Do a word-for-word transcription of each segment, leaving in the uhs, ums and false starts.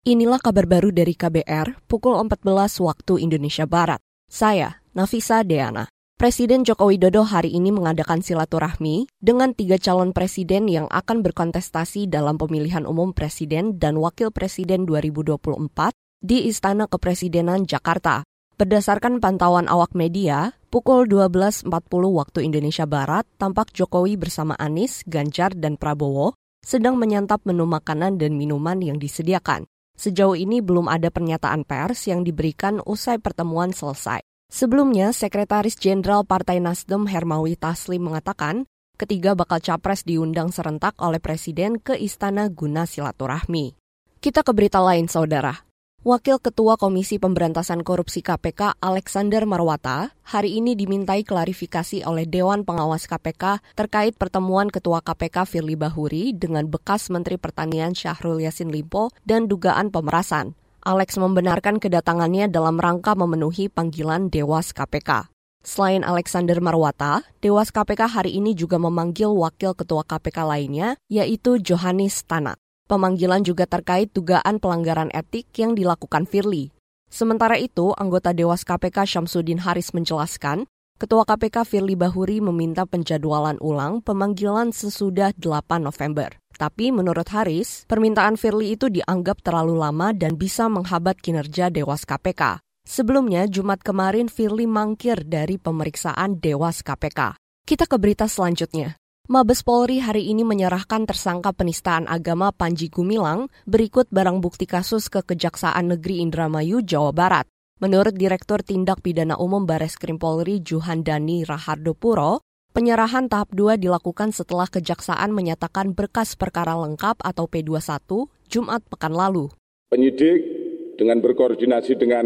Inilah kabar baru dari K B R pukul empat belas waktu Indonesia Barat. Saya, Nafisa Deana. Presiden Joko Widodo hari ini mengadakan silaturahmi dengan tiga calon presiden yang akan berkontestasi dalam pemilihan umum presiden dan wakil presiden dua ribu dua puluh empat di Istana Kepresidenan Jakarta. Berdasarkan pantauan awak media, pukul dua belas empat puluh waktu Indonesia Barat, tampak Jokowi bersama Anies, Ganjar, dan Prabowo sedang menyantap menu makanan dan minuman yang disediakan. Sejauh ini belum ada pernyataan pers yang diberikan usai pertemuan selesai. Sebelumnya, Sekretaris Jenderal Partai Nasdem Hermawi Taslim mengatakan ketiga bakal capres diundang serentak oleh Presiden ke Istana guna silaturahmi. Kita ke berita lain, Saudara. Wakil Ketua Komisi Pemberantasan Korupsi K P K Alexander Marwata hari ini dimintai klarifikasi oleh Dewan Pengawas K P K terkait pertemuan Ketua K P K Firly Bahuri dengan bekas Menteri Pertanian Syahrul Yassin Limpo dan dugaan pemerasan. Alex membenarkan kedatangannya dalam rangka memenuhi panggilan Dewas K P K. Selain Alexander Marwata, Dewas K P K hari ini juga memanggil Wakil Ketua K P K lainnya, yaitu Johanis Tanak. Pemanggilan juga terkait dugaan pelanggaran etik yang dilakukan Firly. Sementara itu, anggota Dewas K P K Syamsuddin Haris menjelaskan, Ketua K P K Firly Bahuri meminta penjadwalan ulang pemanggilan sesudah delapan November. Tapi menurut Haris, permintaan Firly itu dianggap terlalu lama dan bisa menghambat kinerja Dewas K P K. Sebelumnya, Jumat kemarin Firly mangkir dari pemeriksaan Dewas K P K. Kita ke berita selanjutnya. Mabes Polri hari ini menyerahkan tersangka penistaan agama Panji Gumilang berikut barang bukti kasus ke Kejaksaan Negeri Indramayu, Jawa Barat. Menurut Direktur Tindak Pidana Umum Bareskrim Polri Juhandani Rahardopuro, penyerahan tahap dua dilakukan setelah Kejaksaan menyatakan berkas perkara lengkap atau P dua puluh satu Jumat pekan lalu. Penyidik dengan berkoordinasi dengan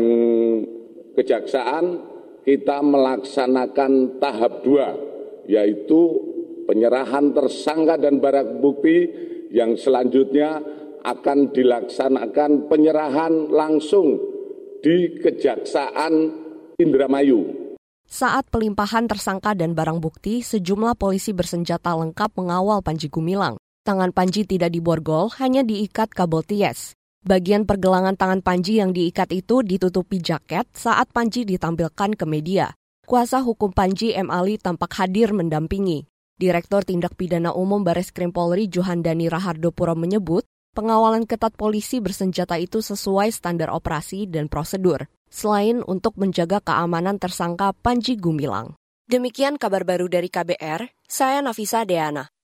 Kejaksaan, kita melaksanakan tahap dua, yaitu penyerahan tersangka dan barang bukti yang selanjutnya akan dilaksanakan penyerahan langsung di Kejaksaan Indramayu. Saat pelimpahan tersangka dan barang bukti, sejumlah polisi bersenjata lengkap mengawal Panji Gumilang. Tangan Panji tidak diborgol, hanya diikat kabel ties. Bagian pergelangan tangan Panji yang diikat itu ditutupi jaket saat Panji ditampilkan ke media. Kuasa hukum Panji M. Ali tampak hadir mendampingi. Direktur Tindak Pidana Umum Bareskrim Polri Juhandani Rahardopuro menyebut, pengawalan ketat polisi bersenjata itu sesuai standar operasi dan prosedur, selain untuk menjaga keamanan tersangka Panji Gumilang. Demikian kabar baru dari K B R, saya Nafisa Deana.